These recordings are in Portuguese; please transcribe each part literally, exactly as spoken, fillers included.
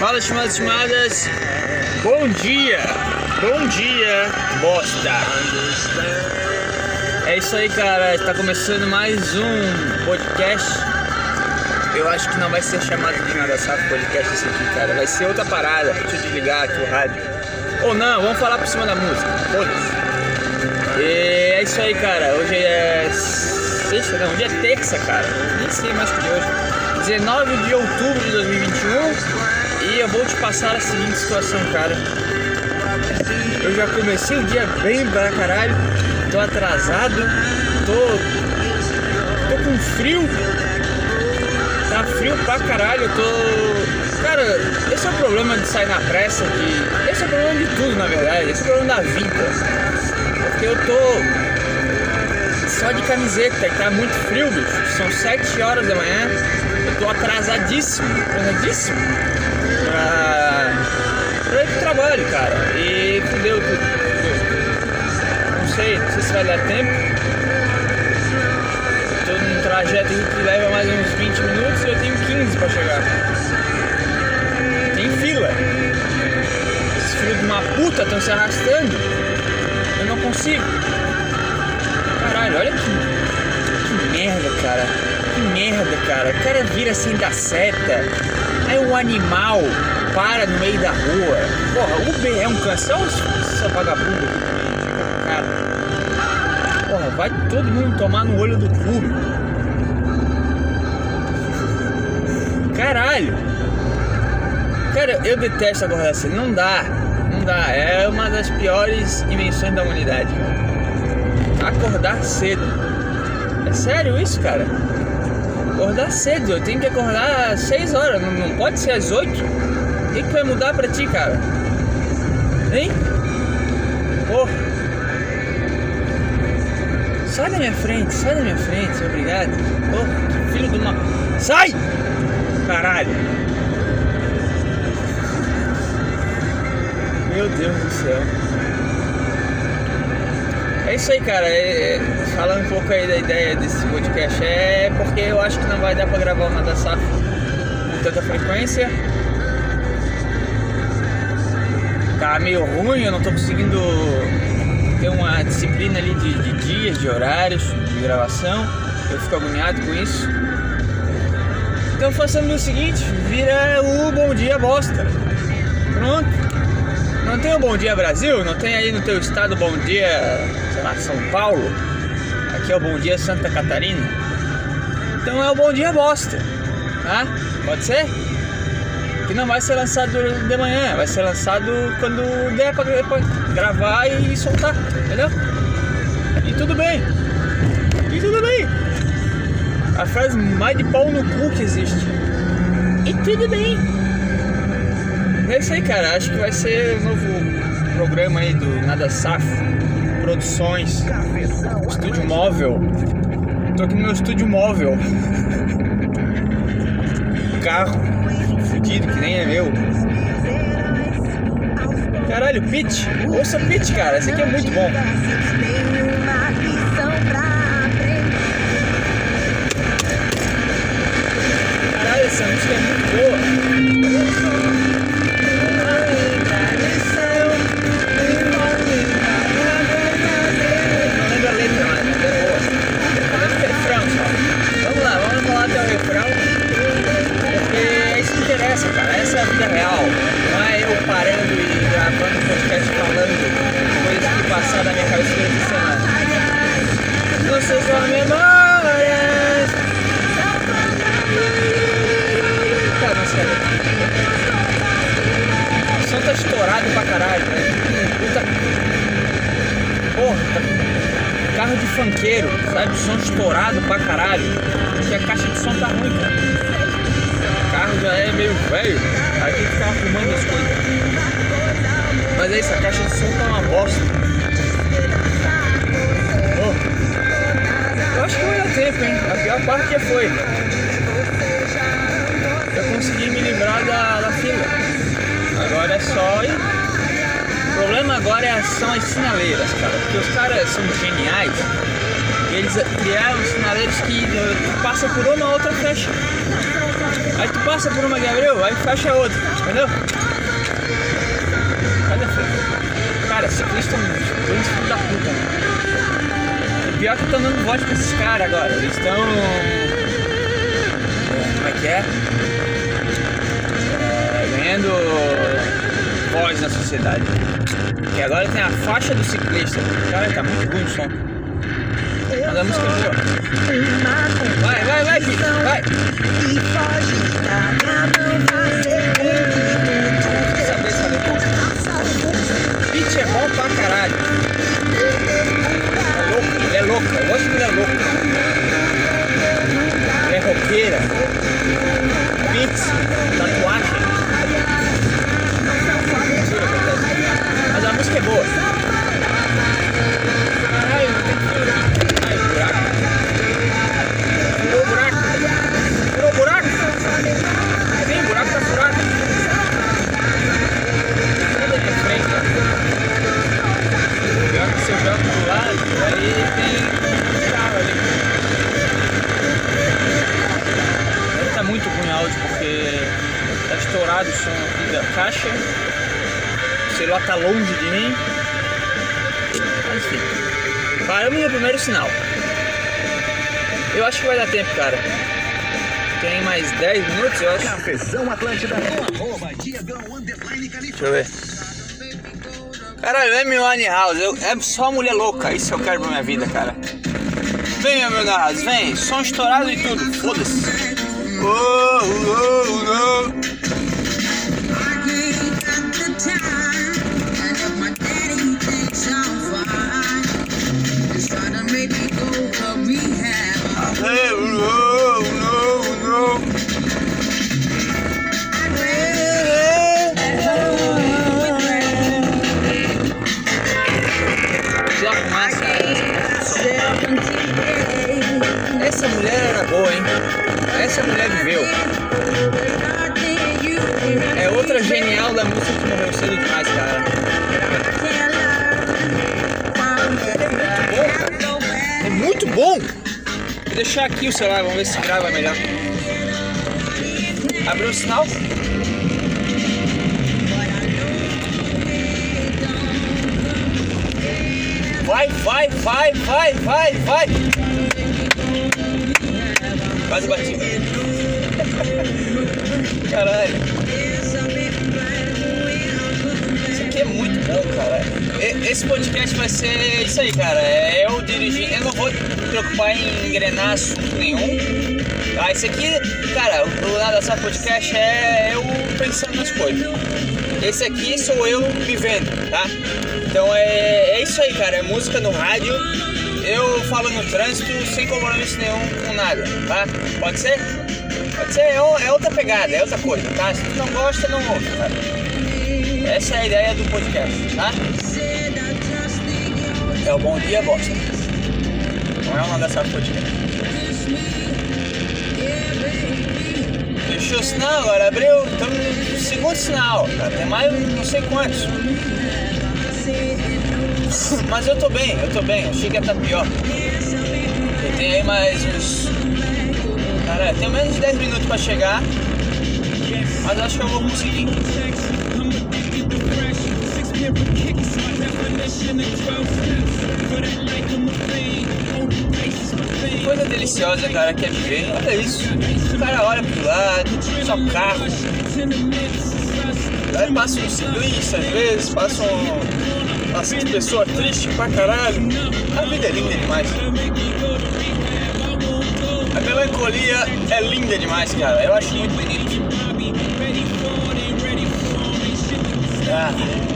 Fala, estimados e estimadas. Bom dia. Bom dia, bosta. É isso aí, cara. Está começando mais um podcast. Eu acho que não vai ser chamado de Nada Safo Podcast esse aqui, cara. Vai ser outra parada. Deixa eu desligar aqui o rádio. Ou não, vamos falar por cima da música. Foda-se. E é isso aí, cara. Hoje é sexta, não, hoje é terça, cara. Nem sei mais que de hoje. dezenove de outubro de dois mil e vinte e um. E eu vou te passar a seguinte situação, cara. Eu já comecei o dia bem pra caralho. Tô atrasado. Tô. Tô com frio. Tá frio pra caralho. Eu tô. Cara, esse é o problema de sair na pressa. De... Esse é o problema de tudo, na verdade. Esse é o problema da vida. Porque eu tô só de camiseta e tá muito frio, bicho. São sete horas da manhã. Eu tô atrasadíssimo. Atrasadíssimo. Pra... pra ir pro trabalho, cara. E fudeu tudo. Não sei, não sei se vai dar tempo. Eu tô num trajeto que leva mais uns vinte minutos e eu tenho quinze pra chegar. Tem fila. Esses filhos de uma puta estão se arrastando. Eu não consigo. Caralho, olha que, que merda, cara. Que merda, cara. O cara vira sem dar seta. Aí um animal para no meio da rua. Porra, Uber é um canção, essa vagabunda aqui também. Cara. Porra, vai todo mundo tomar no olho do cu. Caralho. Cara, eu detesto acordar cedo. Não dá. Não dá. É uma das piores invenções da humanidade, cara. Acordar cedo. É sério isso, cara? Acordar cedo, eu tenho que acordar às seis horas, não, não pode ser às oito? O que, que vai mudar pra ti, cara? Hein? Porra! Sai da minha frente, sai da minha frente, obrigado. Porra, filho de uma... Sai! Caralho! Meu Deus do céu. É isso aí, cara. É, falando um pouco aí da ideia desse podcast, é porque eu acho que não vai dar pra gravar o Nada Safo com tanta frequência. Tá meio ruim, eu não tô conseguindo ter uma disciplina ali de, de dias, de horários, de gravação. Eu fico agoniado com isso. Então façamos o seguinte, vira o Bom Dia Bosta. Pronto. Não tem o Bom Dia Brasil? Não tem aí no teu estado Bom Dia, sei lá, São Paulo? Aqui é o Bom Dia Santa Catarina. Então é o Bom Dia Bosta, tá? Pode ser? Que não vai ser lançado de manhã, vai ser lançado quando der pra, pra gravar e soltar, entendeu? E tudo bem. E tudo bem. A frase mais de pau no cu que existe. E tudo bem. É isso aí, cara. Acho que vai ser o novo programa aí do Nada Safo Produções, estúdio móvel. Tô aqui no meu estúdio móvel. Carro fudido que nem é meu. Caralho, Pitch. Ouça Pitch, cara. Esse aqui é muito bom. Caralho, essa música é muito boa. Essa, cara, essa é a vida real. Não é eu parando e gravando um podcast falando coisas que passaram na minha cabeça durante a semana. Não são só memórias. Cara, não sei. O som tá estourado pra caralho, né? Puta. Porra, tá... carro de funkeiro, sabe? O som estourado pra caralho. Porque a caixa de som tá ruim, cara. O carro já é meio velho, aí tem que ficar arrumando as coisas. Mas é isso, a caixa de som tá uma bosta. Oh, eu acho que vai dar tempo, hein? A pior parte já foi. Eu consegui me livrar da, da fila. Agora é só ir. O problema agora é, são as sinaleiras, cara. Porque os caras são geniais. E eles criaram sinaleiros que passam por uma ou outra fecha. Aí tu passa por uma que abriu, aí fecha a outra, entendeu? Cadê a frente? Cara, ciclista é um filho da puta, né? E pior que estão dando voz pra esses caras agora. Eles estão... Como é que é? é? Ganhando voz na sociedade. E agora tem a faixa do ciclista. Cara, tá muito ruim o som. Mas a música é boa. Vai, vai, vai, Pete, vai! Saber, saber como. Pete é bom pra caralho. É louco, ele é louco. Eu gosto que ele é louco. Ele é roqueira. Beats, tatuagem. Mas a música é boa. Ai, não tem que... Ai, buraco. Furou o buraco. Furou o buraco. Sim, o buraco tá furado. Nada de frente, ó. Pior que se eu jogo do lado, aí tem carro ali. Aí tá muito ruim o áudio porque tá estourado o som aqui da caixa. O celular tá longe de mim. Mas enfim. Paramos no primeiro sinal. Eu acho que vai dar tempo, cara. Tem mais dez minutos, eu acho. Cafezão Atlântida. Deixa eu ver. Caralho, é meu House. Eu, é só mulher louca. Isso que eu quero pra minha vida, cara. Vem, meu House, vem. Som estourado e tudo. Foda-se. Oh, oh, oh. Essa mulher era boa, hein? Essa mulher viveu. É outra genial da música que morreu cedo demais, cara. É muito bom! Vou deixar aqui o celular, vamos ver se grava melhor. Abriu o sinal? Vai, vai, vai, vai, vai, vai! Quase bati. Caralho. Isso aqui é muito bom, cara. Esse podcast vai ser isso aí, cara. É eu dirigindo. Eu não vou me preocupar em engrenar assunto nenhum. Ah, esse aqui, cara, o Nada Só Podcast é eu pensando nas coisas. Esse aqui sou eu vivendo, tá? Então é, é isso aí, cara. É música no rádio. Eu falo no trânsito sem compromisso nenhum com nada, tá? Pode ser? Pode ser, é, é outra pegada, é outra coisa, tá? Se tu não gosta, não ouve, cara. Essa é a ideia do podcast, tá? É o Bom Dia Bosta. Não é uma dessas podcast. Fechou o sinal, agora abriu, estamos no segundo sinal, tá? Tem mais não sei quantos. Mas eu tô bem, eu tô bem, achei que ia estar pior. Eu tenho aí mais uns... Cara, eu tenho menos de dez minutos pra chegar. Mas acho que eu vou conseguir. Que coisa deliciosa, cara, que é viver. Olha isso. O cara olha pro lado, só carro. Aí passa um ciclista às vezes, passa um... Nossa, que pessoa triste pra caralho. A vida é linda demais. A melancolia é linda demais, cara. Eu acho muito bonito. Ah.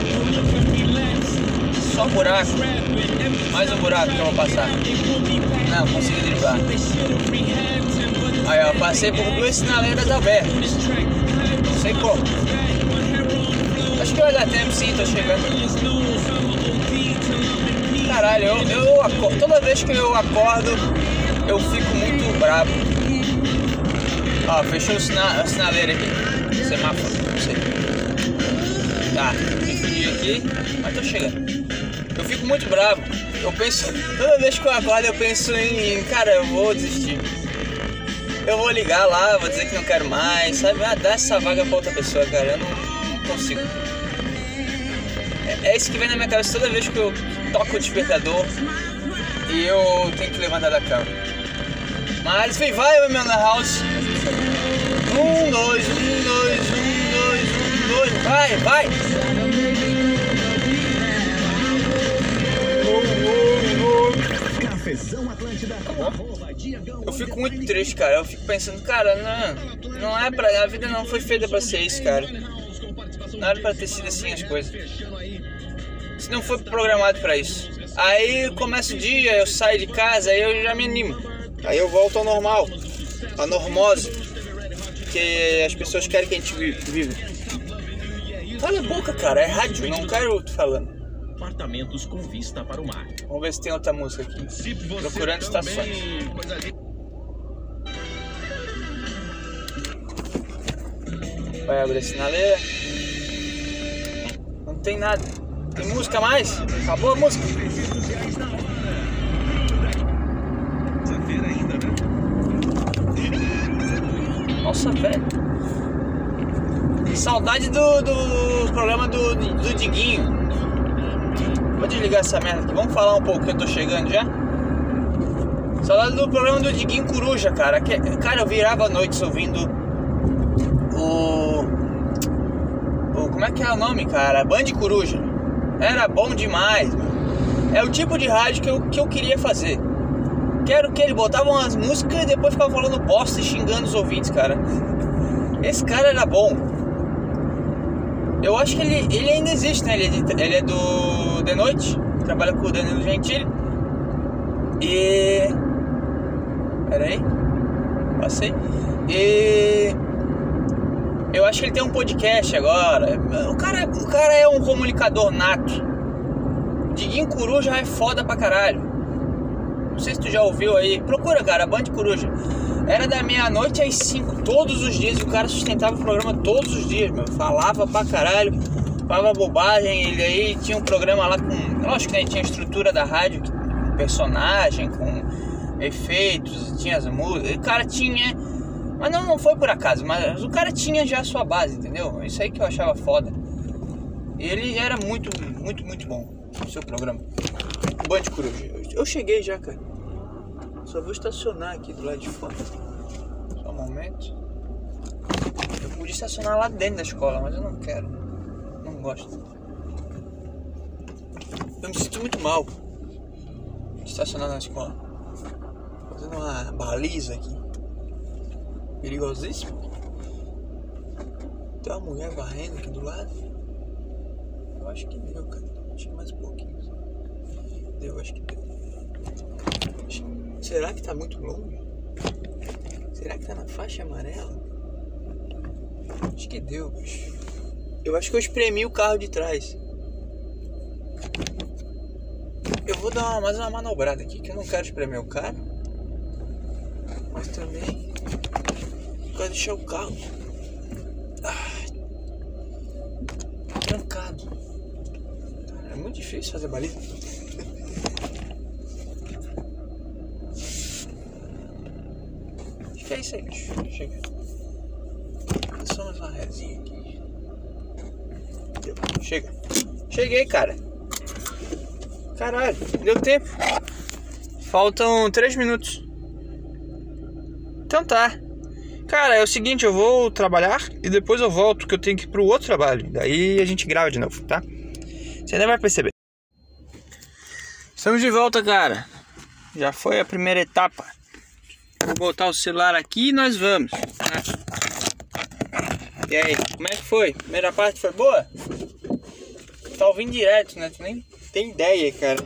Só um buraco. Mais um buraco que eu vou passar. Não, consegui driblar. Aí, ó, passei por duas sinaleiras abertas. Não sei como. Acho que vai dar tempo sim, tô chegando. Caralho, eu, eu acordo, toda vez que eu acordo, eu fico muito bravo. Ó, fechou o sina, a sinaleira aqui. Semáforo, não sei. Tá, me fudi aqui, mas tô chegando. Eu fico muito bravo. Eu penso, toda vez que eu acordo, eu penso em, cara, eu vou desistir. eu vou ligar lá, vou dizer que não quero mais, sabe? Ah, dá essa vaga pra outra pessoa, cara. Eu não, não consigo. É, é isso que vem na minha cabeça toda vez que eu toco o despertador e eu tenho que levantar da cama. Mas vem, vai, meu na house. Um, dois, um, dois, um, dois, um, dois. Vai, vai. Eu fico muito triste, cara. Eu fico pensando, cara, não, não é pra. A vida não foi feita pra ser isso, cara. Não era pra ter sido assim as coisas. Se não foi programado pra isso. Aí começa o dia, eu saio de casa, aí eu já me animo. Aí eu volto ao normal, a normose que as pessoas querem que a gente viva. Cala a boca, cara, é rádio, não quero te falando. Apartamentos com vista para o mar. Vamos ver se tem outra música aqui. Procurando estações. Vai abrir a sinaleira. Não tem nada. Tem música a mais? Acabou a música. Nossa, velho. Saudade do, do programa do, do Diguinho. Vou desligar essa merda aqui. Vamos falar um pouco que eu tô chegando já. Saudade do programa do Diguinho Coruja, cara. Que, cara, eu virava a noite ouvindo o... o... Como é que é o nome, cara? Band Coruja. Era bom demais, mano. É o tipo de rádio que eu, que eu queria fazer. Quero que ele botava umas músicas e depois ficava falando bosta e xingando os ouvintes, cara. Esse cara era bom. Eu acho que ele, ele ainda existe, né? Ele é, de, ele é do De Noite, trabalha com o Danilo Gentili. E... Pera aí. Passei. E... Eu acho que ele tem um podcast agora. O cara, o cara é um comunicador nato. Diguinho Coruja é foda pra caralho. Não sei se tu já ouviu aí. Procura, cara, Band Coruja. Era da meia-noite às cinco, todos os dias. E o cara sustentava o programa todos os dias, meu. Falava pra caralho, falava bobagem. Ele aí tinha um programa lá com... Lógico que né, tinha a estrutura da rádio, com personagem, com efeitos, tinha as músicas. O cara tinha... Mas não, não foi por acaso, mas o cara tinha já a sua base, entendeu? Isso aí que eu achava foda. E ele era muito, muito, muito bom, o seu programa. Band Coruja. Eu cheguei já, cara. Só vou estacionar aqui do lado de fora. Só um momento. Eu podia estacionar lá dentro da escola, mas eu não quero. Não gosto. Eu me sinto muito mal de estacionar na escola. Fazendo uma baliza aqui. Perigosíssimo. Tem uma mulher varrendo aqui do lado. Eu acho que deu, cara. Acho que mais um pouquinho. Deu, acho que deu. Será que tá muito longe? Será que tá na faixa amarela? Acho que deu, bicho. Eu acho que eu espremi o carro de trás. Eu vou dar uma, mais uma manobrada aqui, que eu não quero espremer o carro. Mas também quero deixar o carro ah, trancado. É muito difícil fazer baliza. Acho que é isso aí, bicho. Chega. Só mais uma resinha aqui. Chega. Cheguei, cara. Caralho, deu tempo. Faltam três minutos. Então tá. Cara, é o seguinte, eu vou trabalhar e depois eu volto, que eu tenho que ir pro outro trabalho. Daí a gente grava de novo, tá? Você nem vai perceber. Estamos de volta, cara. Já foi a primeira etapa. Vou botar o celular aqui e nós vamos, né? E aí, como é que foi? Primeira parte foi boa? Tá ouvindo direto, né? Tu nem tem ideia, cara.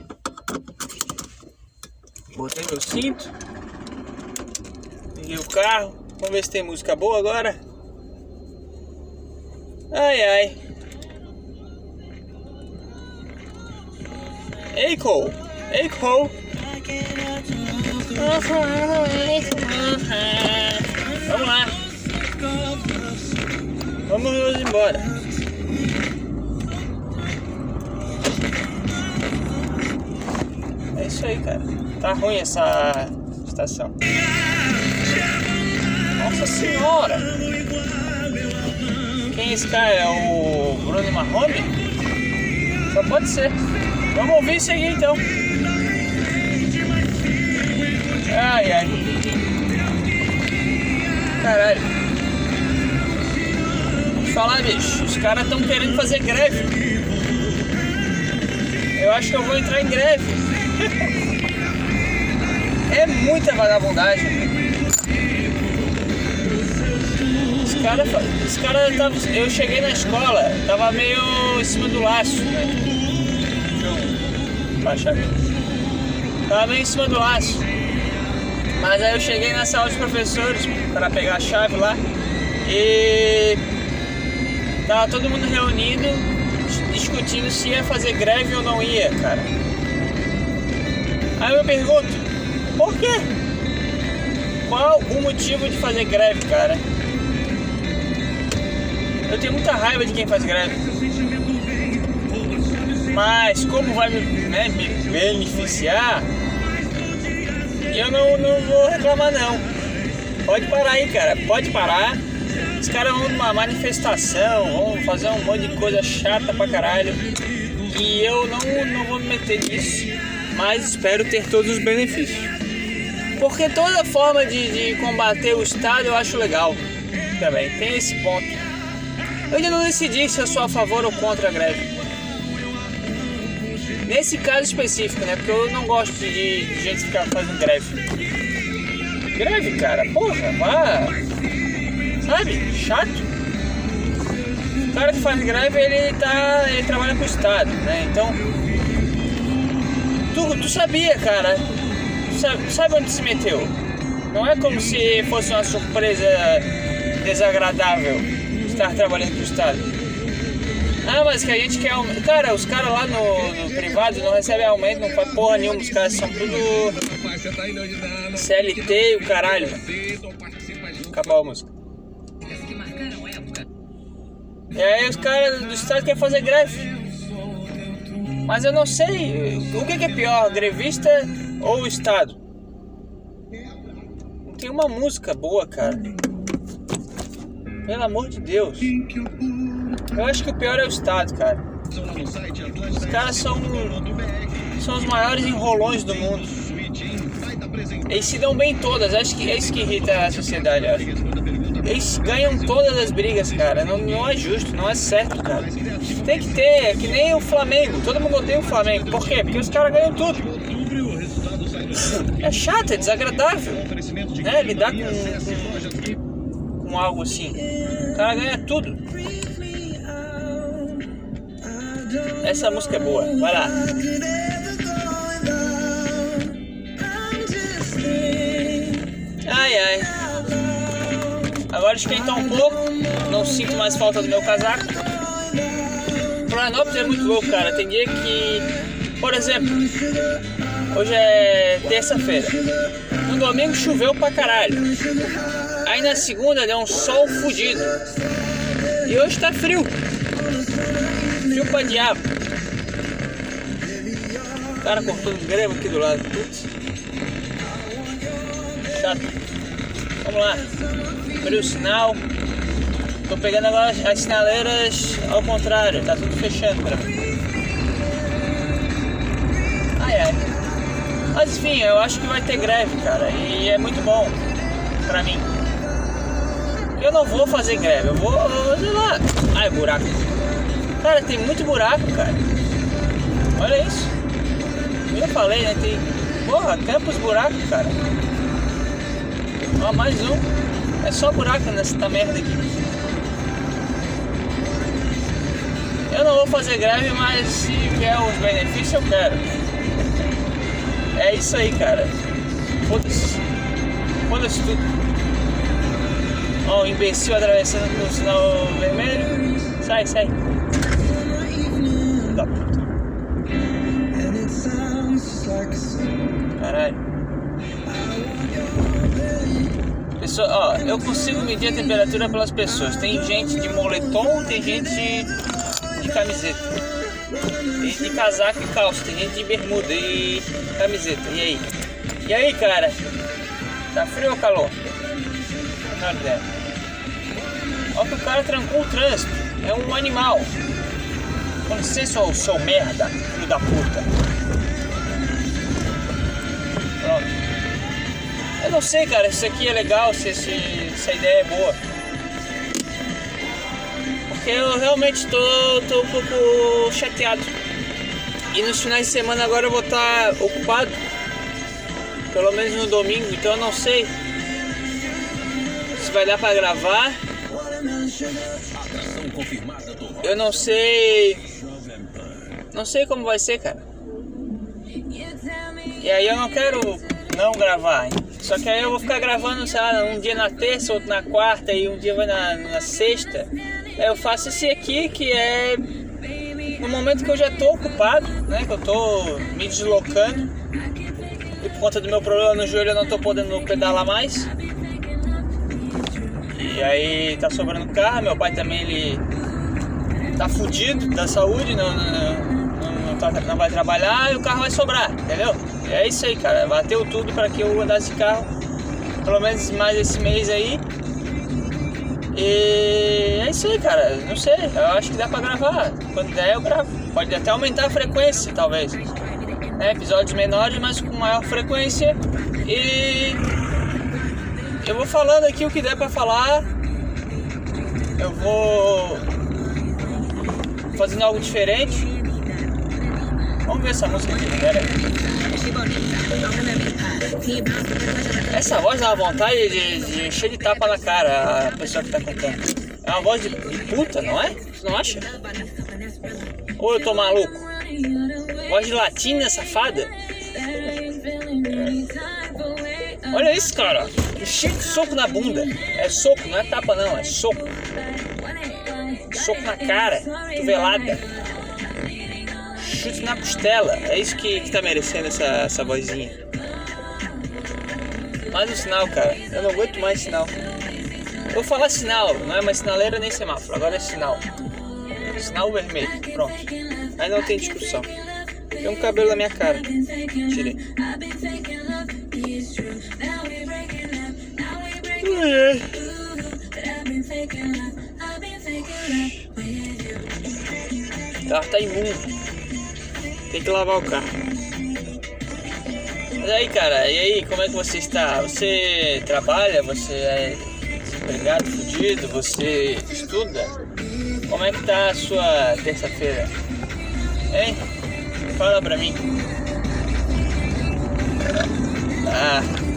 Botei meu cinto. Liguei o carro. Vamos ver se tem música boa agora. Ai, ai. Eiko. Eiko. Vamos lá. Vamos embora. É isso aí, cara. Tá ruim essa estação. Nossa senhora! Quem é esse cara? É o Bruno Marrone? Só pode ser. Vamos ouvir isso aí então. Ai, ai. Caralho. Vou te falar, bicho. Os caras estão querendo fazer greve. Eu acho que eu vou entrar em greve. É muita vagabundagem. Os caras, os cara tava, eu cheguei na escola, tava meio em cima do laço, né? Deixa eu baixar aqui. Tava meio em cima do laço. Mas aí eu cheguei na sala dos professores para pegar a chave lá e tava todo mundo reunido, discutindo se ia fazer greve ou não ia, cara. Aí eu pergunto, por quê? Qual o motivo de fazer greve, cara? Eu tenho muita raiva de quem faz greve. Mas como vai me, né, me beneficiar, eu não, não vou reclamar não. Pode parar aí, cara. Pode parar. Os caras vão numa manifestação, vão fazer um monte de coisa chata pra caralho. E eu não, não vou me meter nisso. Mas espero ter todos os benefícios. Porque toda forma de, de combater o Estado eu acho legal. Também tem esse ponto. Eu ainda não decidi se eu sou a favor ou contra a greve. Nesse caso específico, né? Porque eu não gosto de, de gente ficar fazendo greve. Greve, cara, porra, vá. Sabe? Chato. O cara que faz greve, ele tá. ele trabalha pro Estado, né? Então. Tu, tu sabia, cara. Tu sabe, sabe onde se meteu? Não é como se fosse uma surpresa desagradável estar trabalhando pro Estado. Ah, mas que a gente quer aumento. Cara, os caras lá no, no privado não recebem aumento, não faz porra nenhuma. Os caras são tudo C L T e o caralho. Acabou a música. E aí os caras do Estado querem fazer greve. Mas eu não sei o que, que é pior, grevista ou o Estado. Não tem uma música boa, cara. Pelo amor de Deus. Eu acho que o pior é o Estado, cara. Os caras são, são os maiores enrolões do mundo. Eles se dão bem em todas. Acho que é isso que irrita a sociedade, acho. Eles ganham todas as brigas, cara. Não, não é justo, não é certo, cara. Tem que ter, é que nem o Flamengo. Todo mundo odeia o Flamengo. Por quê? Porque os caras ganham tudo. É chato, é desagradável, né? Lidar com, com, com algo assim. O cara ganha tudo. Essa música é boa, vai lá. Ai, ai. Agora esquentou um pouco. Não sinto mais falta do meu casaco. Florianópolis é muito louco, cara. Tem dia que, por exemplo, hoje é terça-feira. No domingo choveu pra caralho. Aí na segunda deu um sol fudido. E hoje tá frio. Frio pra diabo. O cara cortou um grama aqui do lado. Putz. Chato. Vamos lá. Abri o sinal. Tô pegando agora as sinaleiras ao contrário. Tá tudo fechando pra mim. Ai ai. Mas enfim, eu acho que vai ter greve, cara. E é muito bom pra mim. Eu não vou fazer greve. Eu vou, sei lá. Ai, buraco. Cara, tem muito buraco, cara. Olha isso. Eu já falei, né? Tem. Porra, campos buracos, cara. Ó, mais um. É só buraco nessa merda aqui. Eu não vou fazer greve, mas se vier os benefícios, eu quero. É isso aí, cara. Foda-se. Foda-se tudo. Ó, o imbecil atravessando no sinal vermelho. Sai, sai. Da puta. Caralho. Pessoa, ó, eu consigo medir a temperatura pelas pessoas. Tem gente de moletom, tem gente de, de camiseta. Tem gente de casaco e calça, tem gente de bermuda e camiseta. E aí? E aí, cara? Tá frio ou calor? menor ideia. Olha que o cara trancou o trânsito. É um animal. Com licença, ô seu merda, filho da puta. Pronto. Eu não sei, cara, se isso aqui é legal, se, se essa ideia é boa. Porque eu realmente tô, tô um pouco chateado. E nos finais de semana agora eu vou estar ocupado. Pelo menos no domingo, então eu não sei se vai dar pra gravar. Eu não sei. Não sei como vai ser, cara. E aí eu não quero não gravar, hein? Só que aí eu vou ficar gravando, sei lá, um dia na terça, outro na quarta e um dia vai na, na sexta. Aí eu faço esse aqui que é no momento que eu já tô ocupado, né? Que eu tô me deslocando. E por conta do meu problema no joelho eu não tô podendo pedalar mais. E aí tá sobrando carro, meu pai também ele tá fudido da saúde, não, não, não, tá, não vai trabalhar e o carro vai sobrar, entendeu? E é isso aí, cara, bateu tudo para que eu andasse de carro, pelo menos mais esse mês aí. E é isso aí, cara, não sei, eu acho que dá pra gravar, quando der eu gravo, pode até aumentar a frequência, talvez. É, episódios menores, mas com maior frequência. E eu vou falando aqui o que der pra falar. Eu vou fazendo algo diferente. Vamos ver essa música aqui, galera. Essa voz dá uma vontade de, de encher de tapa na cara a pessoa que tá cantando. É uma voz de, de puta, não é? Você não acha? Ou eu tô maluco? Voz de latina safada. Olha isso, cara. Cheio de soco na bunda. É soco, não é tapa não, é soco. Soco na cara, cotovelada. Chute na costela. É isso que, que tá merecendo essa, essa vozinha. Mais um sinal, cara. Eu não aguento mais sinal. Eu vou falar sinal, não é mais sinaleira nem semáforo. Agora é sinal. Sinal vermelho, pronto. Aí não tem discussão. Tem um cabelo na minha cara. Tirei. Ui. O carro tá imundo. Tem que lavar o carro. Mas aí, cara, e aí, como é que você está? Você trabalha? Você é desempregado, fudido? Você estuda? Como é que tá a sua terça-feira? Hein? Fala pra mim. Ah,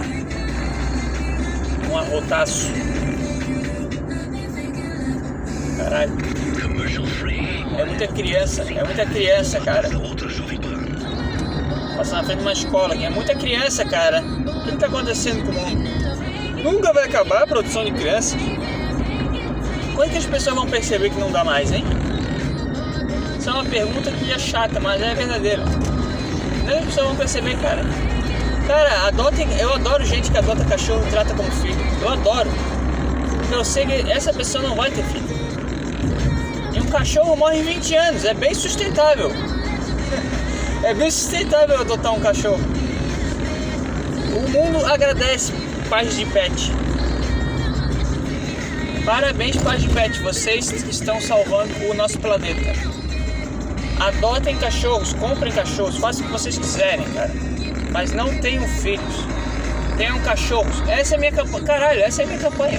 um arrotaço. Caralho. É muita criança, é muita criança, cara. Passa na frente de uma escola aqui, é muita criança, cara. O que está acontecendo com o mundo? Nunca vai acabar a produção de crianças. Quando que as pessoas vão perceber que não dá mais, hein? Isso é uma pergunta que é chata, mas é verdadeira. As pessoas vão perceber, cara. Cara, adotem, eu adoro gente que adota cachorro e trata como filho. Eu adoro. Porque eu sei que essa pessoa não vai ter filho. E um cachorro morre em vinte anos, é bem sustentável. É bem sustentável adotar um cachorro. O mundo agradece pais de pet. Parabéns, pais de pet, vocês estão salvando o nosso planeta. Adotem cachorros, comprem cachorros, façam o que vocês quiserem, cara. Mas não tenham filhos. Tenham cachorros. Essa é a minha campanha. Caralho, essa é a minha campanha.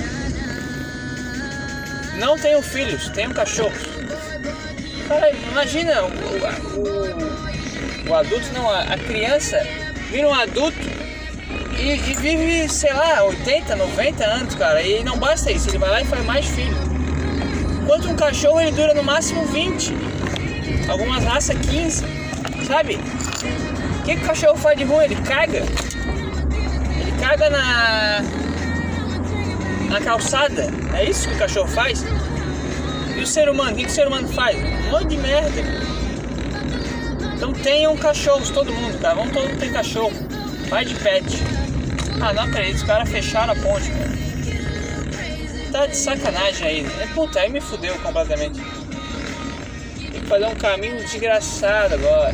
Não tenham filhos, tenham cachorros. Caralho, imagina o, o, o adulto, não, a, a criança vira um adulto e, e vive, sei lá, oitenta, noventa anos, cara. E não basta isso, ele vai lá e faz mais filhos. Enquanto um cachorro ele dura no máximo vinte. Algumas raças quinze. Sabe? O que, que o cachorro faz de ruim? Ele caga. Ele caga na, na calçada. É isso que o cachorro faz? E o ser humano? O que, que o ser humano faz? Um monte de merda. Então tenham cachorros, todo mundo, cara. Vamos todo mundo ter cachorro. Vai de pet. Ah, não acredito. Os caras fecharam a ponte, cara. Tá de sacanagem aí. Puta, aí me fudeu completamente. Tem que fazer um caminho desgraçado agora.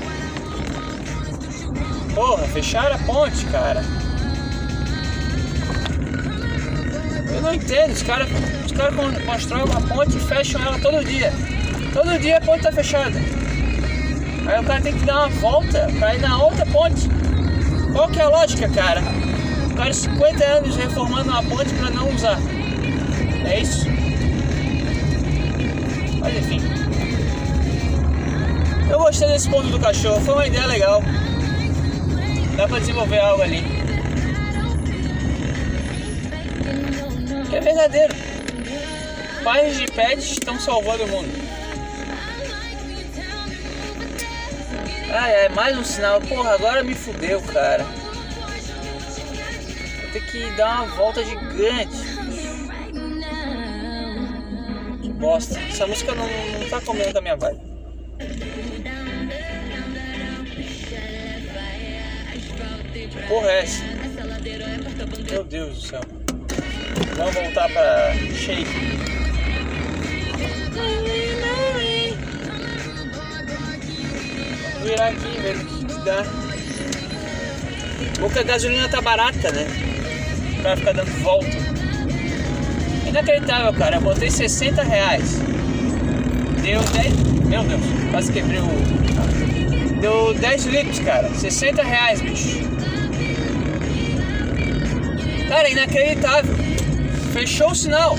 Porra, fecharam a ponte, cara. Meu não entendo, os caras os cara constroem uma ponte e fecham ela todo dia. Todo dia a ponte tá fechada. Aí o cara tem que dar uma volta pra ir na outra ponte. Qual que é a lógica, cara? O cara cinquenta anos reformando uma ponte pra não usar. É isso? Mas enfim. Eu gostei desse ponto do cachorro, foi uma ideia legal. Dá pra desenvolver algo ali. Que é verdadeiro. Pais de pets estão salvando o mundo. Ai, ai, mais um sinal. Porra, agora me fudeu, cara. Vou ter que dar uma volta gigante. Que bosta. Essa música não, não tá combinando com a minha vibe. Que porra é essa? Meu Deus do céu. Vamos voltar pra Shake. Vou virar aqui, ver o que dá. Porque a gasolina tá barata, né? Pra ficar dando volta. Inacreditável, cara. Eu botei sessenta reais. Deu dez. Meu Deus, quase quebrei o. Deu dez litros, cara. sessenta reais, bicho. Cara, inacreditável. Fechou o sinal.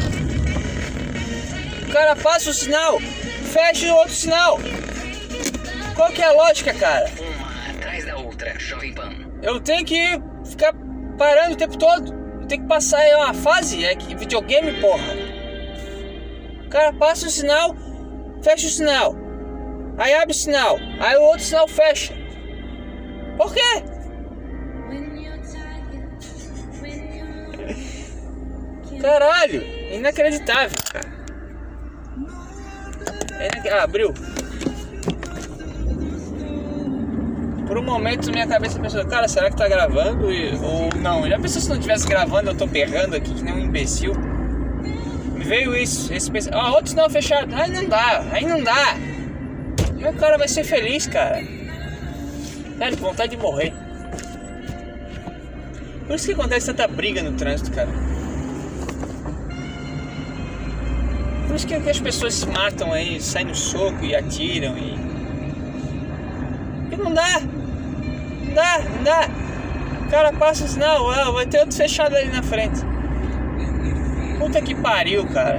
O cara passa o sinal, fecha o outro sinal. Qual que é a lógica, cara? Uma atrás da outra, Jovem Pan. Eu tenho que ficar parando o tempo todo. Eu tenho que passar aí uma fase, é que videogame, porra. O cara passa o sinal, fecha o sinal. Aí abre o sinal, aí o outro sinal fecha. Por quê? Caralho, inacreditável, cara. É inac... Ah, abriu. Por um momento minha cabeça pensou, cara, será que tá gravando? Ou não? Já pensou se não estivesse gravando, eu tô berrando aqui que nem um imbecil? Me veio isso, esse pens... Ah, outro sinal fechado. Aí não dá, aí não dá. Meu cara vai ser feliz, cara. Cara, com vontade de morrer. Por isso que acontece tanta briga no trânsito, cara. Por isso que as pessoas se matam aí, saem no soco e atiram e... Porque não dá. Não dá, não dá. O cara passa o sinal, ah, vai ter outro fechado ali na frente. Puta que pariu, cara.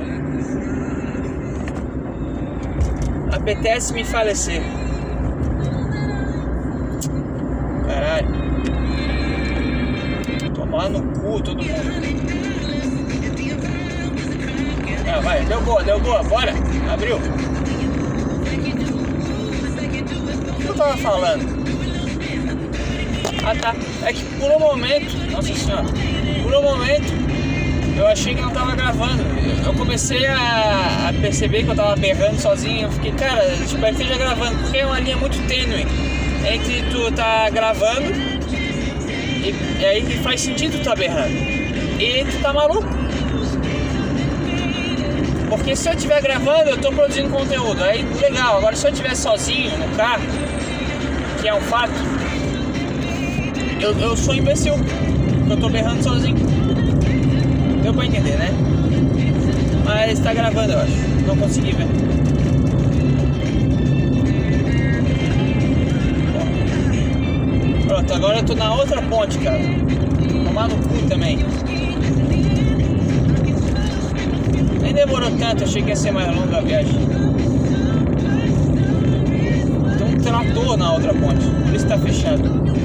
Apetece me falecer. Caralho. Tomar no cu todo mundo. Ah, vai, deu boa, deu boa, bora. Abriu. O que eu tava falando? Ah, tá. É que por um momento, nossa senhora, por um momento eu achei que não tava gravando. Eu comecei a, a perceber que eu tava berrando sozinho. Eu fiquei, cara, espero que esteja gravando, porque é uma linha muito tênue entre tu tá gravando e, e aí faz sentido tu tá berrando e tu tá maluco. Porque se eu estiver gravando, eu tô produzindo conteúdo. Aí, legal. Agora, se eu estiver sozinho no carro, que é um fato, eu, eu sou imbecil. Porque eu tô berrando sozinho. Deu pra entender, né? Mas tá gravando, eu acho. Não consegui ver. Pronto, agora eu tô na outra ponte, cara. Tomar no cu também. Nem demorou tanto, achei que ia ser mais longa a viagem. Tem um trator na outra ponte, por isso tá fechado.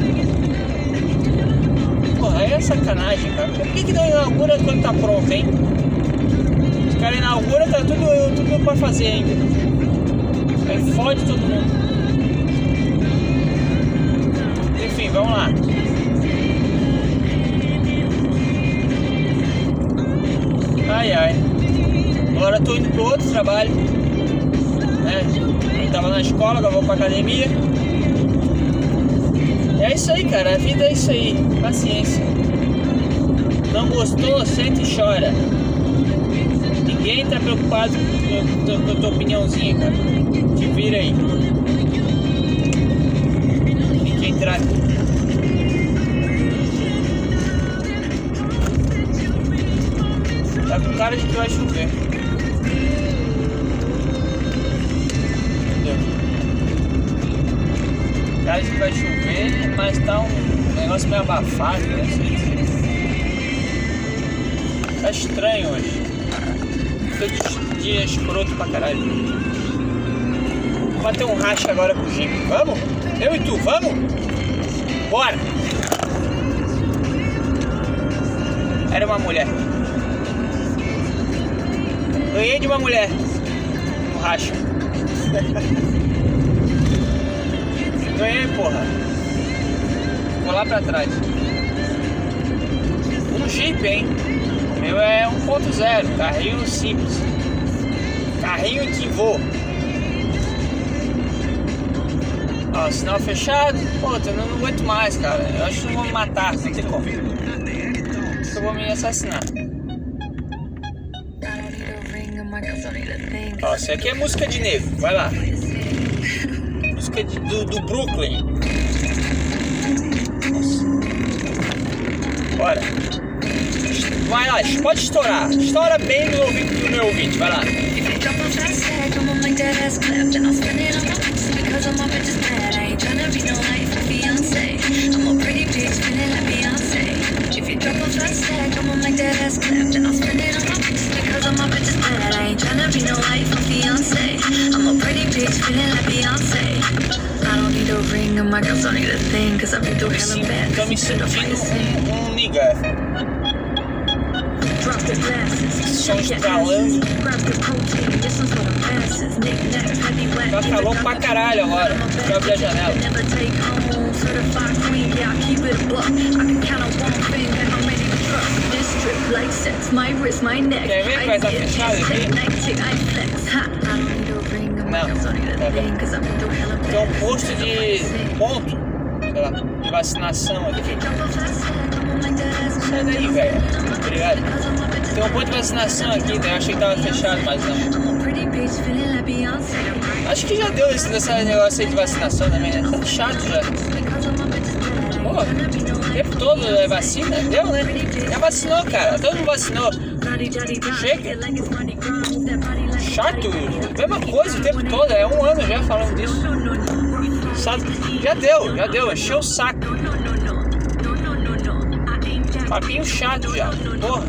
Porra, aí é sacanagem, cara. Por que que não inaugura quando tá pronto, hein? Os caras inauguram, tá tudo, tudo pra fazer ainda. Aí fode todo mundo. Enfim, vamos lá. Ai, ai. Agora eu tô indo pro outro trabalho, né? Eu tava na escola, agora vou pra academia. É isso aí, cara, a vida é isso aí, paciência. Não gostou, sente e chora. Ninguém tá preocupado com, com a tua opiniãozinha, cara. Te vira aí. Fique entrado. cara de que vai chover. Entendeu? Cara de que vai chover, mas tá um negócio meio abafado, né? Não sei dizer. Tá estranho hoje. Todo dia escroto pra caralho. Vou bater um racha agora com o Jeep. Vamos? Eu e tu, vamos? Bora! Era uma mulher. Ganhei de uma mulher. Um racha. Ganhei, porra. Vou lá pra trás. Um Jeep, hein? O meu é um ponto zero. Carrinho simples. Carrinho de vô. Ó, sinal fechado. Pô, eu não, não aguento mais, cara. Eu acho que não vou me matar, não tem como. Acho que eu vou me assassinar. Ó, isso aqui é música de negro. Vai lá. Música de, do, do Brooklyn. Nossa. Bora. Vai lá, pode estourar. Estoura bem no ouvido do meu ouvinte. Vai lá. Tô me sentindo um, um nigga. Som estralando. Tá calor pra caralho agora. Deixa eu abrir a janela. Quer ver que vai estar fechado aqui? Não, tá bem. Tem um posto de ponto, sei lá, de vacinação aqui. Sai daí, velho. Obrigado. Tem um ponto de vacinação aqui, né? Eu achei que tava fechado, mas não. Acho que já deu esse desse negócio aí de vacinação também, né? Tá chato já. Pô, o tempo todo é vacina? Deu, né? Já vacinou, cara. Todo mundo vacinou. Chega. Chato. Mesma coisa o tempo todo. É um ano já falando disso. Sabe? Já deu, já deu. Encheu o saco. Papinho chato já. Porra.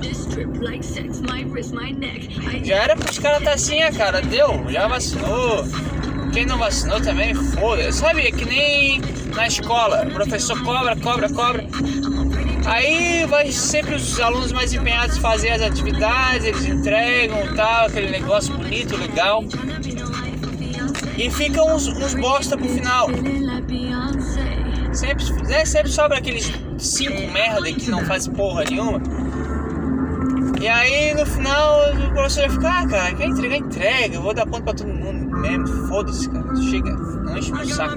Já era pros caras tá assim, cara. Deu. Já vacinou. Quem não vacinou também, foda. Sabe? É que nem na escola. O professor cobra, cobra, cobra. Aí vai sempre os alunos mais empenhados em fazer as atividades, eles entregam tal, aquele negócio bonito, legal. E ficam uns, uns bosta pro final. Sempre, né, sempre sobra aqueles cinco merda que não faz porra nenhuma. E aí no final o professor vai ficar, ah, cara, quer entregar, entrega, eu vou dar ponto pra todo mundo mesmo, foda-se, cara, chega, não enche meu saco.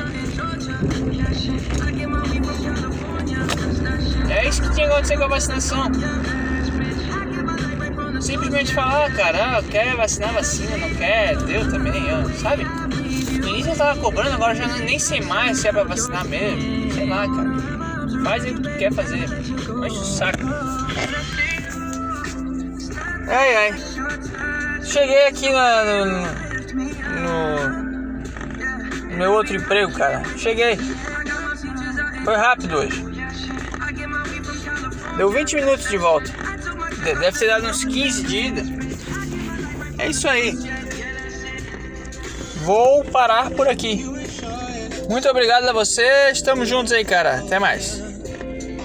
É isso que tinha que acontecer com a vacinação. Simplesmente falar, ah, cara, ah, quer vacinar, vacina, não quer, deu também, ó, sabe? No início eu tava cobrando, agora já nem sei mais se é pra vacinar mesmo, sei lá, cara. Faz aí o que tu quer fazer, não enche o saco. Ai, ai. Cheguei aqui na, no, no, no meu outro emprego, cara. Cheguei. Foi rápido hoje. Deu vinte minutos de volta. Deve ter dado uns quinze de ida. É isso aí. Vou parar por aqui. Muito obrigado a vocês. Estamos juntos aí, cara. Até mais.